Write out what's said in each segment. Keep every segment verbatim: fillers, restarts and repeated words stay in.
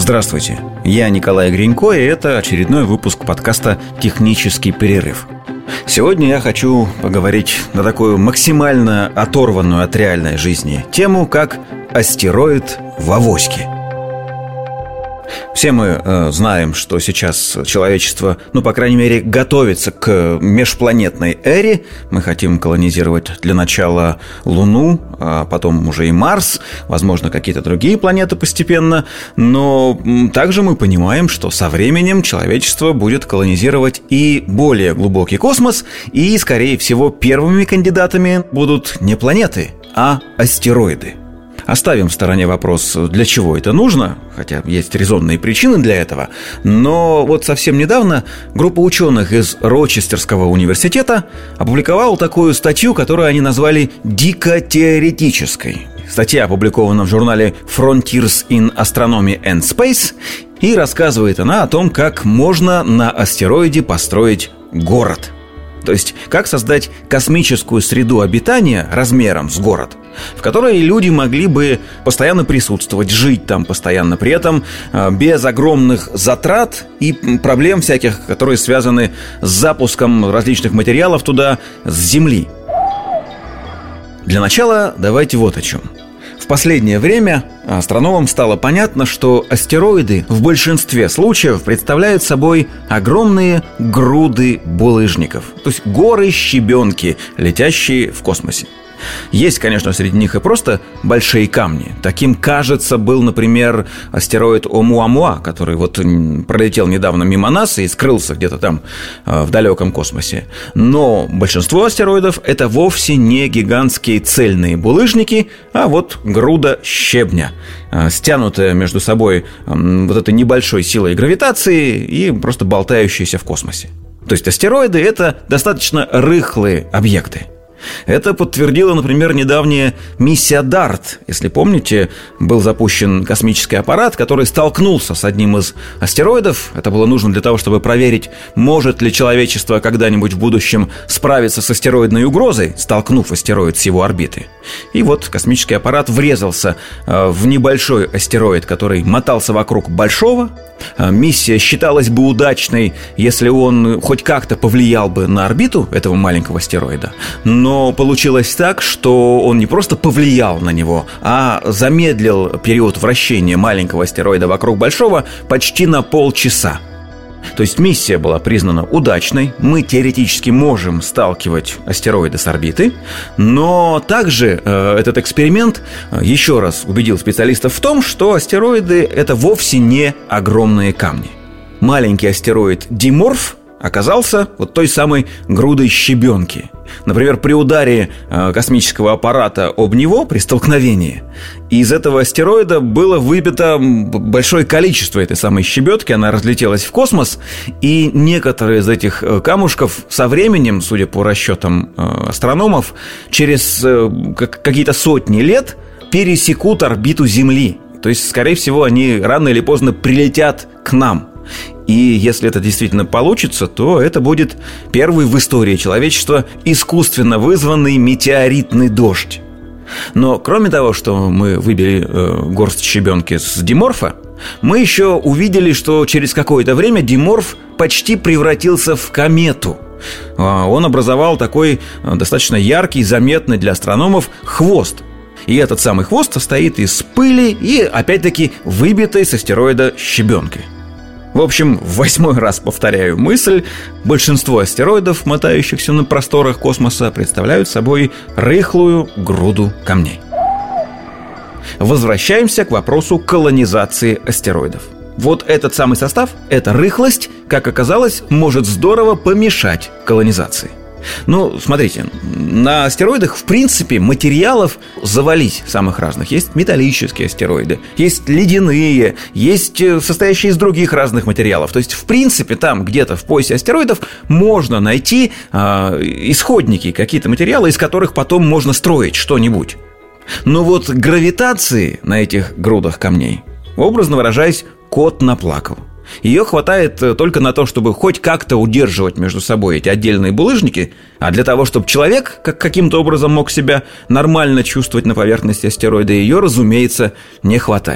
Здравствуйте, я Николай Гринько, и это очередной выпуск подкаста «Технический перерыв». Сегодня я хочу поговорить на такую максимально оторванную от реальной жизни тему, как астероид в авоське. Все мы э, знаем, что сейчас человечество, ну, по крайней мере, готовится к межпланетной эре. Мы хотим колонизировать для начала Луну, а потом уже и Марс, возможно, какие-то другие планеты постепенно. Но также мы понимаем, что со временем человечество будет колонизировать и более глубокий космос. И, скорее всего, первыми кандидатами будут не планеты, а астероиды. Оставим в стороне вопрос, для чего это нужно, хотя есть резонные причины для этого. Но вот совсем недавно группа ученых из Рочестерского университета опубликовала такую статью, которую они назвали «дико теоретической». Статья опубликована в журнале Frontiers in Astronomy and Space, и рассказывает она о том, как можно на астероиде построить город. То есть, как создать космическую среду обитания размером с город, в которой люди могли бы постоянно присутствовать, жить там постоянно, при этом без огромных затрат и проблем всяких, которые связаны с запуском различных материалов туда с Земли. Для начала давайте вот о чем. В последнее время астрономам стало понятно, что астероиды в большинстве случаев представляют собой огромные груды булыжников, то есть горы-щебенки, летящие в космосе. Есть, конечно, среди них и просто большие камни. Таким, кажется, был, например, астероид Оumuamua, который вот пролетел недавно мимо нас и скрылся где-то там в далеком космосе. Но большинство астероидов – это вовсе не гигантские цельные булыжники, а вот груда щебня, стянутая между собой вот этой небольшой силой гравитации и просто болтающаяся в космосе. То есть астероиды – это достаточно рыхлые объекты. Это подтвердила, например, недавняя миссия дарт. Если помните, был запущен космический аппарат, который столкнулся с одним из астероидов. Это было нужно для того, чтобы проверить, может ли человечество когда-нибудь в будущем справиться с астероидной угрозой, столкнув астероид с его орбиты. И вот космический аппарат врезался в небольшой астероид, который мотался вокруг большого. Миссия считалась бы удачной, если он хоть как-то повлиял бы на орбиту этого маленького астероида. Но получилось так, что он не просто повлиял на него, а замедлил период вращения маленького астероида вокруг большого почти на полчаса. То есть миссия была признана удачной, мы теоретически можем сталкивать астероиды с орбиты, но также э, этот эксперимент еще раз убедил специалистов в том, что астероиды – это вовсе не огромные камни. Маленький астероид Диморф оказался вот той самой грудой щебенки. Например, при ударе э, космического аппарата об него, при столкновении, из этого астероида было выбито большое количество этой самой щебетки, она разлетелась в космос, и некоторые из этих камушков со временем, судя по расчетам э, астрономов, через э, как, какие-то сотни лет пересекут орбиту Земли. То есть, скорее всего, они рано или поздно прилетят к нам. И если это действительно получится, то это будет первый в истории человечества искусственно вызванный метеоритный дождь. Но кроме того, что мы выбили э, горсть щебенки с Диморфа, мы еще увидели, что через какое-то время Диморф почти превратился в комету. Он образовал такой достаточно яркий, заметный для астрономов хвост. И этот самый хвост состоит из пыли и, опять-таки, выбитой с астероида щебенки. В общем, в восьмой раз повторяю мысль: большинство астероидов, мотающихся на просторах космоса, представляют собой рыхлую груду камней. Возвращаемся к вопросу колонизации астероидов. Вот этот самый состав, эта рыхлость, как оказалось, может здорово помешать колонизации. Ну, смотрите, на астероидах, в принципе, материалов завались самых разных. Есть металлические астероиды, есть ледяные, есть состоящие из других разных материалов. То есть, в принципе, там где-то в поясе астероидов можно найти э, исходники, какие-то материалы, из которых потом можно строить что-нибудь. Но вот гравитации на этих грудах камней, образно выражаясь, кот наплакал. Ее хватает только на то, чтобы хоть как-то удерживать между собой эти отдельные булыжники, а для того, чтобы человек как каким-то образом мог себя нормально чувствовать на поверхности астероида, ее, разумеется, не хватает.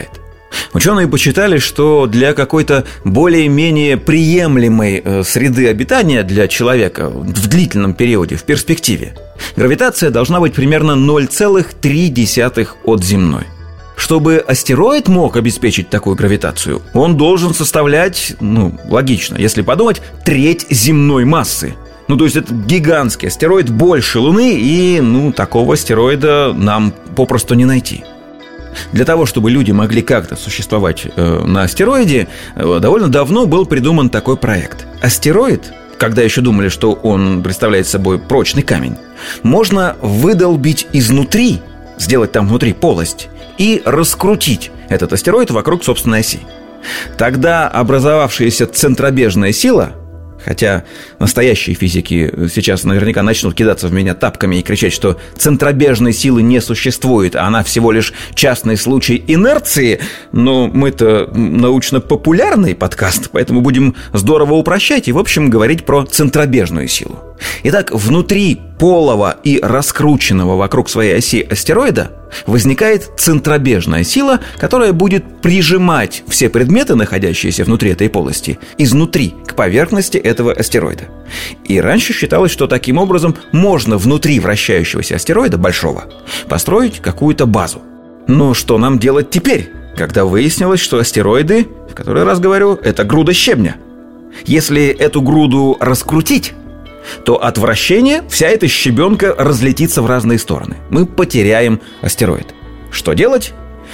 Ученые посчитали, что для какой-то более-менее приемлемой э, среды обитания для человека в длительном периоде, в перспективе, гравитация должна быть примерно ноль целых три десятых от земной. Чтобы астероид мог обеспечить такую гравитацию, он должен составлять, ну, логично, если подумать, треть земной массы. Ну, то есть это гигантский астероид, больше Луны, и, ну, такого астероида нам попросту не найти. Для того, чтобы люди могли как-то существовать э, на астероиде, э, довольно давно был придуман такой проект. Астероид, когда еще думали, что он представляет собой прочный камень, можно выдолбить изнутри, сделать там внутри полость и раскрутить этот астероид вокруг собственной оси. Тогда образовавшаяся центробежная сила, хотя настоящие физики сейчас наверняка начнут кидаться в меня тапками и кричать, что центробежной силы не существует, а она всего лишь частный случай инерции. Но мы-то научно-популярный подкаст, поэтому будем здорово упрощать и, в общем, говорить про центробежную силу. Итак, внутри полого и раскрученного вокруг своей оси астероида возникает центробежная сила, которая будет прижимать все предметы, находящиеся внутри этой полости, изнутри к поверхности этого астероида. И раньше считалось, что таким образом можно внутри вращающегося астероида большого построить какую-то базу. Но что нам делать теперь, когда выяснилось, что астероиды, в который раз говорю, это груда щебня? Если эту груду раскрутить, то от вращения вся эта щебенка разлетится в разные стороны. Мы потеряем астероид. Что делать?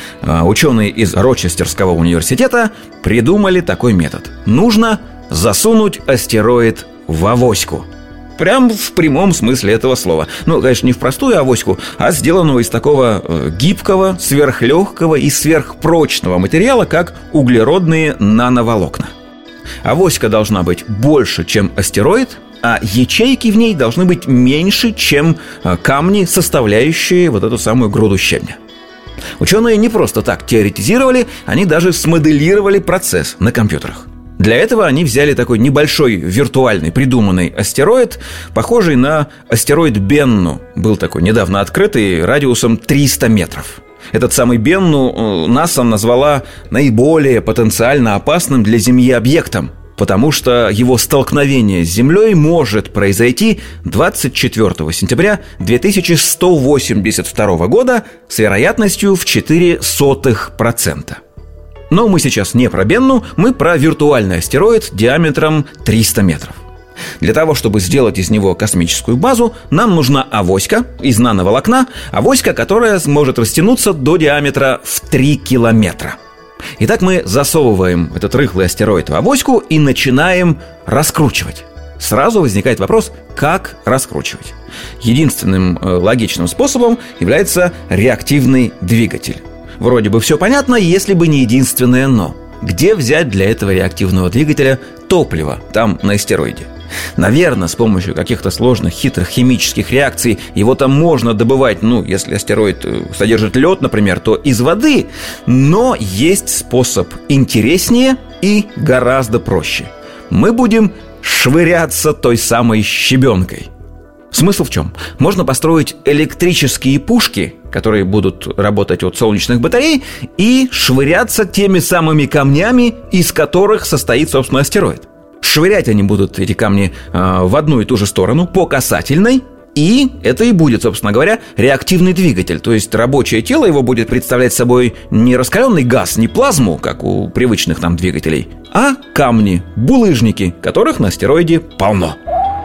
Ученые из Рочестерского университета придумали такой метод. Нужно засунуть астероид в авоську. Прям в прямом смысле этого слова. Ну, конечно, не в простую авоську, а сделанного из такого гибкого, сверхлегкого и сверхпрочного материала, как углеродные нановолокна. Авоська должна быть больше, чем астероид, а ячейки в ней должны быть меньше, чем камни, составляющие вот эту самую груду щебня. Ученые не просто так теоретизировали, они даже смоделировали процесс на компьютерах. Для этого они взяли такой небольшой виртуальный придуманный астероид, похожий на астероид Бенну. Был такой недавно открытый, радиусом триста метров. Этот самый Бенну НАСА назвала наиболее потенциально опасным для Земли объектом, потому что его столкновение с Землей может произойти двадцать четвёртого сентября две тысячи сто восемьдесят второго года с вероятностью в четыре сотых процента. Но мы сейчас не про Бенну, мы про виртуальный астероид диаметром триста метров. Для того, чтобы сделать из него космическую базу, нам нужна авоська из нановолокна, авоська, которая сможет растянуться до диаметра в три километра. Итак, мы засовываем этот рыхлый астероид в авоську и начинаем раскручивать. Сразу возникает вопрос, как раскручивать. Единственным э, логичным способом является реактивный двигатель. Вроде бы все понятно, если бы не единственное «но». Где взять для этого реактивного двигателя топливо там на астероиде? Наверное, с помощью каких-то сложных, хитрых химических реакций его там можно добывать, ну, если астероид содержит лед, например, то из воды. Но есть способ интереснее и гораздо проще. Мы будем швыряться той самой щебенкой. Смысл в чем? Можно построить электрические пушки, которые будут работать от солнечных батарей, и швыряться теми самыми камнями, из которых состоит, собственно, астероид. Швырять они будут, эти камни, в одну и ту же сторону, по касательной. И это и будет, собственно говоря, реактивный двигатель. То есть рабочее тело его будет представлять собой не раскаленный газ, не плазму, как у привычных нам двигателей, а камни, булыжники, которых на астероиде полно.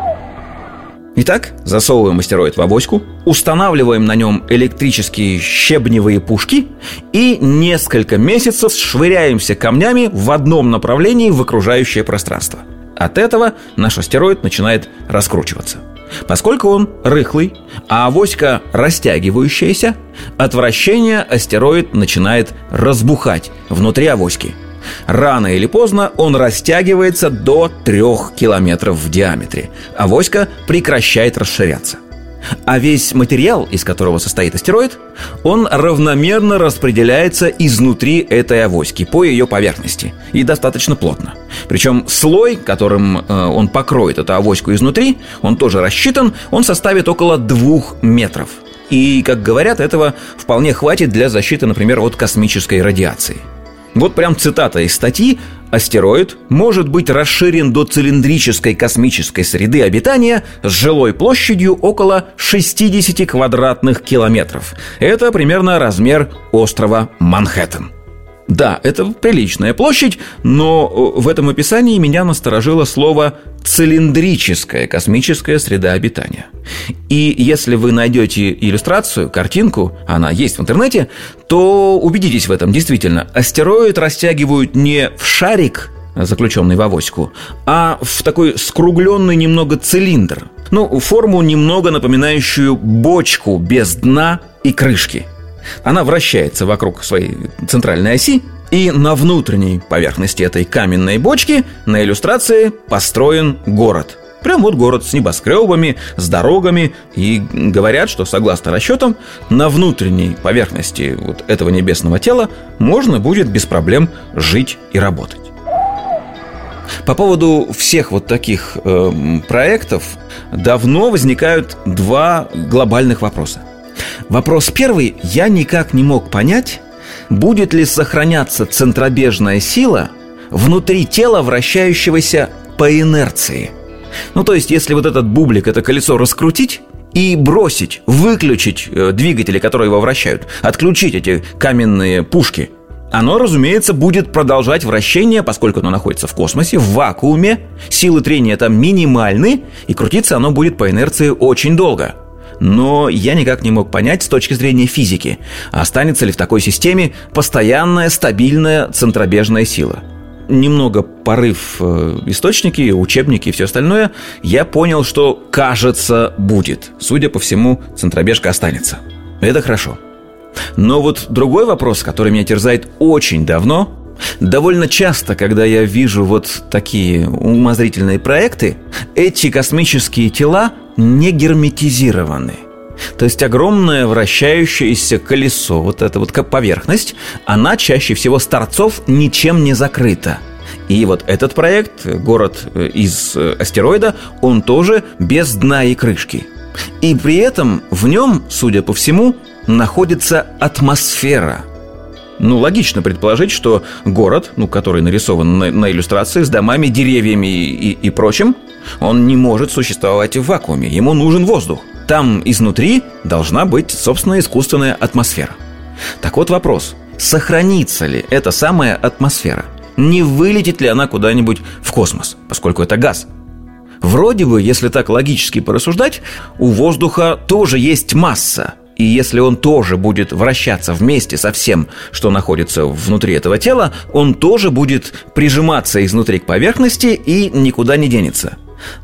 Итак, засовываем астероид в авоську, устанавливаем на нем электрические щебневые пушки и несколько месяцев швыряемся камнями в одном направлении в окружающее пространство. От этого наш астероид начинает раскручиваться. Поскольку он рыхлый, а авоська растягивающаяся, от вращения астероид начинает разбухать внутри авоськи. Рано или поздно он растягивается до трех километров в диаметре. Авоська прекращает расширяться. А весь материал, из которого состоит астероид, он равномерно распределяется изнутри этой авоськи по ее поверхности. И достаточно плотно. Причем слой, которым э, он покроет эту авоську изнутри, он тоже рассчитан, он составит около двух метров. И, как говорят, этого вполне хватит для защиты, например, от космической радиации. Вот прям цитата из статьи: «Астероид может быть расширен до цилиндрической космической среды обитания с жилой площадью около шестьдесят квадратных километров. Это примерно размер острова Манхэттен». Да, это приличная площадь, но в этом описании меня насторожило слово «цилиндрическая космическая среда обитания». И если вы найдете иллюстрацию, картинку, она есть в интернете, то убедитесь в этом. Действительно, астероид растягивают не в шарик, заключенный в авоську, а в такой скругленный немного цилиндр. Ну, форму немного напоминающую бочку без дна и крышки. Она вращается вокруг своей центральной оси, и на внутренней поверхности этой каменной бочки на иллюстрации построен город. Прям вот город с небоскребами, с дорогами. И говорят, что согласно расчетам, на внутренней поверхности вот этого небесного тела можно будет без проблем жить и работать. По поводу всех вот таких э, проектов давно возникают два глобальных вопроса. Вопрос первый: я никак не мог понять, будет ли сохраняться центробежная сила внутри тела, вращающегося по инерции. Ну, то есть, если вот этот бублик, это колесо раскрутить и бросить, выключить двигатели, которые его вращают, отключить эти каменные пушки, оно, разумеется, будет продолжать вращение, поскольку оно находится в космосе, в вакууме, силы трения там минимальны, и крутиться оно будет по инерции очень долго. Но я никак не мог понять с точки зрения физики, останется ли в такой системе постоянная, стабильная центробежная сила. Немного порыв источники, учебники и все остальное, я понял, что, кажется, будет. Судя по всему, центробежка останется. Это хорошо. Но вот другой вопрос, который меня терзает очень давно. Довольно часто, когда я вижу вот такие умозрительные проекты, эти космические тела не герметизированы. То есть огромное вращающееся колесо, вот эта вот поверхность, она чаще всего с торцов ничем не закрыта. И вот этот проект, город из астероида, он тоже без дна и крышки. И при этом в нем, судя по всему, находится атмосфера. Ну, логично предположить, что город, ну, который нарисован на, на иллюстрации с домами, деревьями и, и, и прочим, он не может существовать в вакууме. Ему нужен воздух. Там изнутри должна быть, собственно, искусственная атмосфера. Так вот вопрос: сохранится ли эта самая атмосфера? Не вылетит ли она куда-нибудь в космос, поскольку это газ? Вроде бы, если так логически порассуждать, у воздуха тоже есть масса. И если он тоже будет вращаться вместе со всем, что находится внутри этого тела, он тоже будет прижиматься изнутри к поверхности и никуда не денется.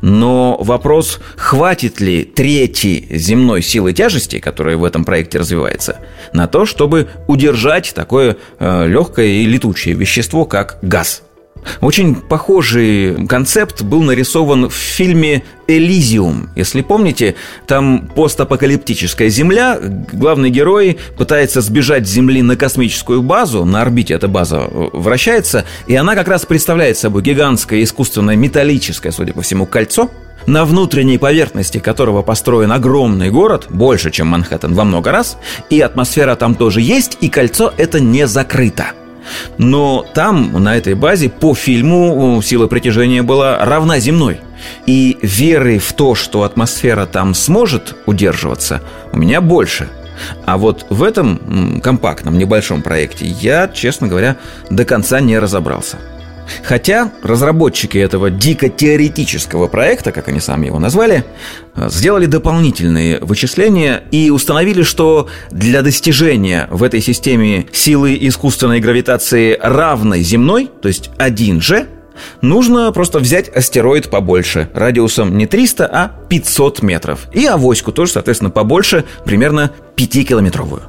Но вопрос, хватит ли трети земной силы тяжести, которая в этом проекте развивается, на то, чтобы удержать такое э, легкое и летучее вещество, как газ. Очень похожий концепт был нарисован в фильме «Элизиум». Если помните, там постапокалиптическая Земля, главный герой пытается сбежать с Земли на космическую базу, на орбите эта база вращается, и она как раз представляет собой гигантское искусственное металлическое, судя по всему, кольцо, на внутренней поверхности которого построен огромный город, больше, чем Манхэттен во много раз, и атмосфера там тоже есть, и кольцо это не закрыто. Но там, на этой базе, по фильму сила притяжения была равна земной. И веры в то, что атмосфера там сможет удерживаться, у меня больше. А вот в этом компактном небольшом проекте я, честно говоря, до конца не разобрался. Хотя разработчики этого дико теоретического проекта, как они сами его назвали, сделали дополнительные вычисления и установили, что для достижения в этой системе силы искусственной гравитации равной земной, то есть один же, нужно просто взять астероид побольше, радиусом не триста, а пятьсот метров. И авоську тоже, соответственно, побольше, примерно пятикилометровую.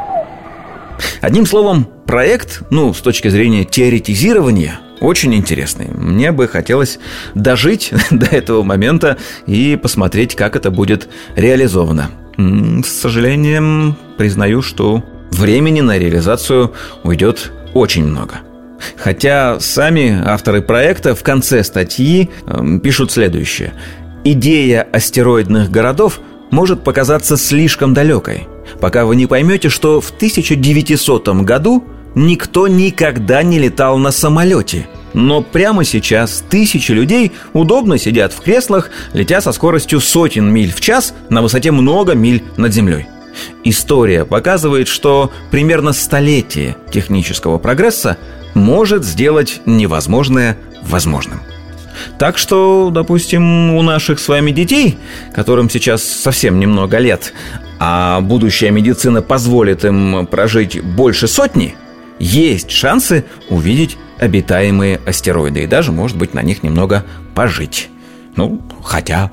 Одним словом, проект, ну, с точки зрения теоретизирования, очень интересный. Мне бы хотелось дожить до этого момента и посмотреть, как это будет реализовано. С сожалением, признаю, что времени на реализацию уйдет очень много. Хотя сами авторы проекта в конце статьи э, пишут следующее: идея астероидных городов может показаться слишком далекой, пока вы не поймете, что в тысяча девятисотом году никто никогда не летал на самолете. Но прямо сейчас тысячи людей удобно сидят в креслах, летя со скоростью сотен миль в час на высоте много миль над землей. История показывает, что примерно столетие технического прогресса может сделать невозможное возможным. Так что, допустим, у наших с вами детей, которым сейчас совсем немного лет, а будущая медицина позволит им прожить больше сотни, есть шансы увидеть обитаемые астероиды и даже, может быть, на них немного пожить. Ну, хотя...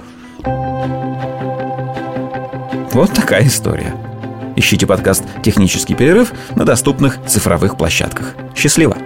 Вот такая история. Ищите подкаст «Технический перерыв» на доступных цифровых площадках. Счастливо!